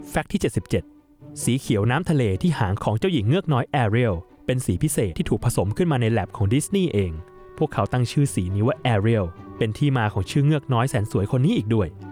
แฟกต์ที่77สีเขียวน้ำทะเลที่หางของเจ้าหญิงเงือกน้อยแอเรียลเป็นสีพิเศษที่ถูกผสมขึ้นมาในแลบของดิสนีย์เองพวกเขาตั้งชื่อสีนี้ว่าแอเรียลเป็นที่มาของชื่อเงือกน้อยแสนสวยคนนี้อีกด้วย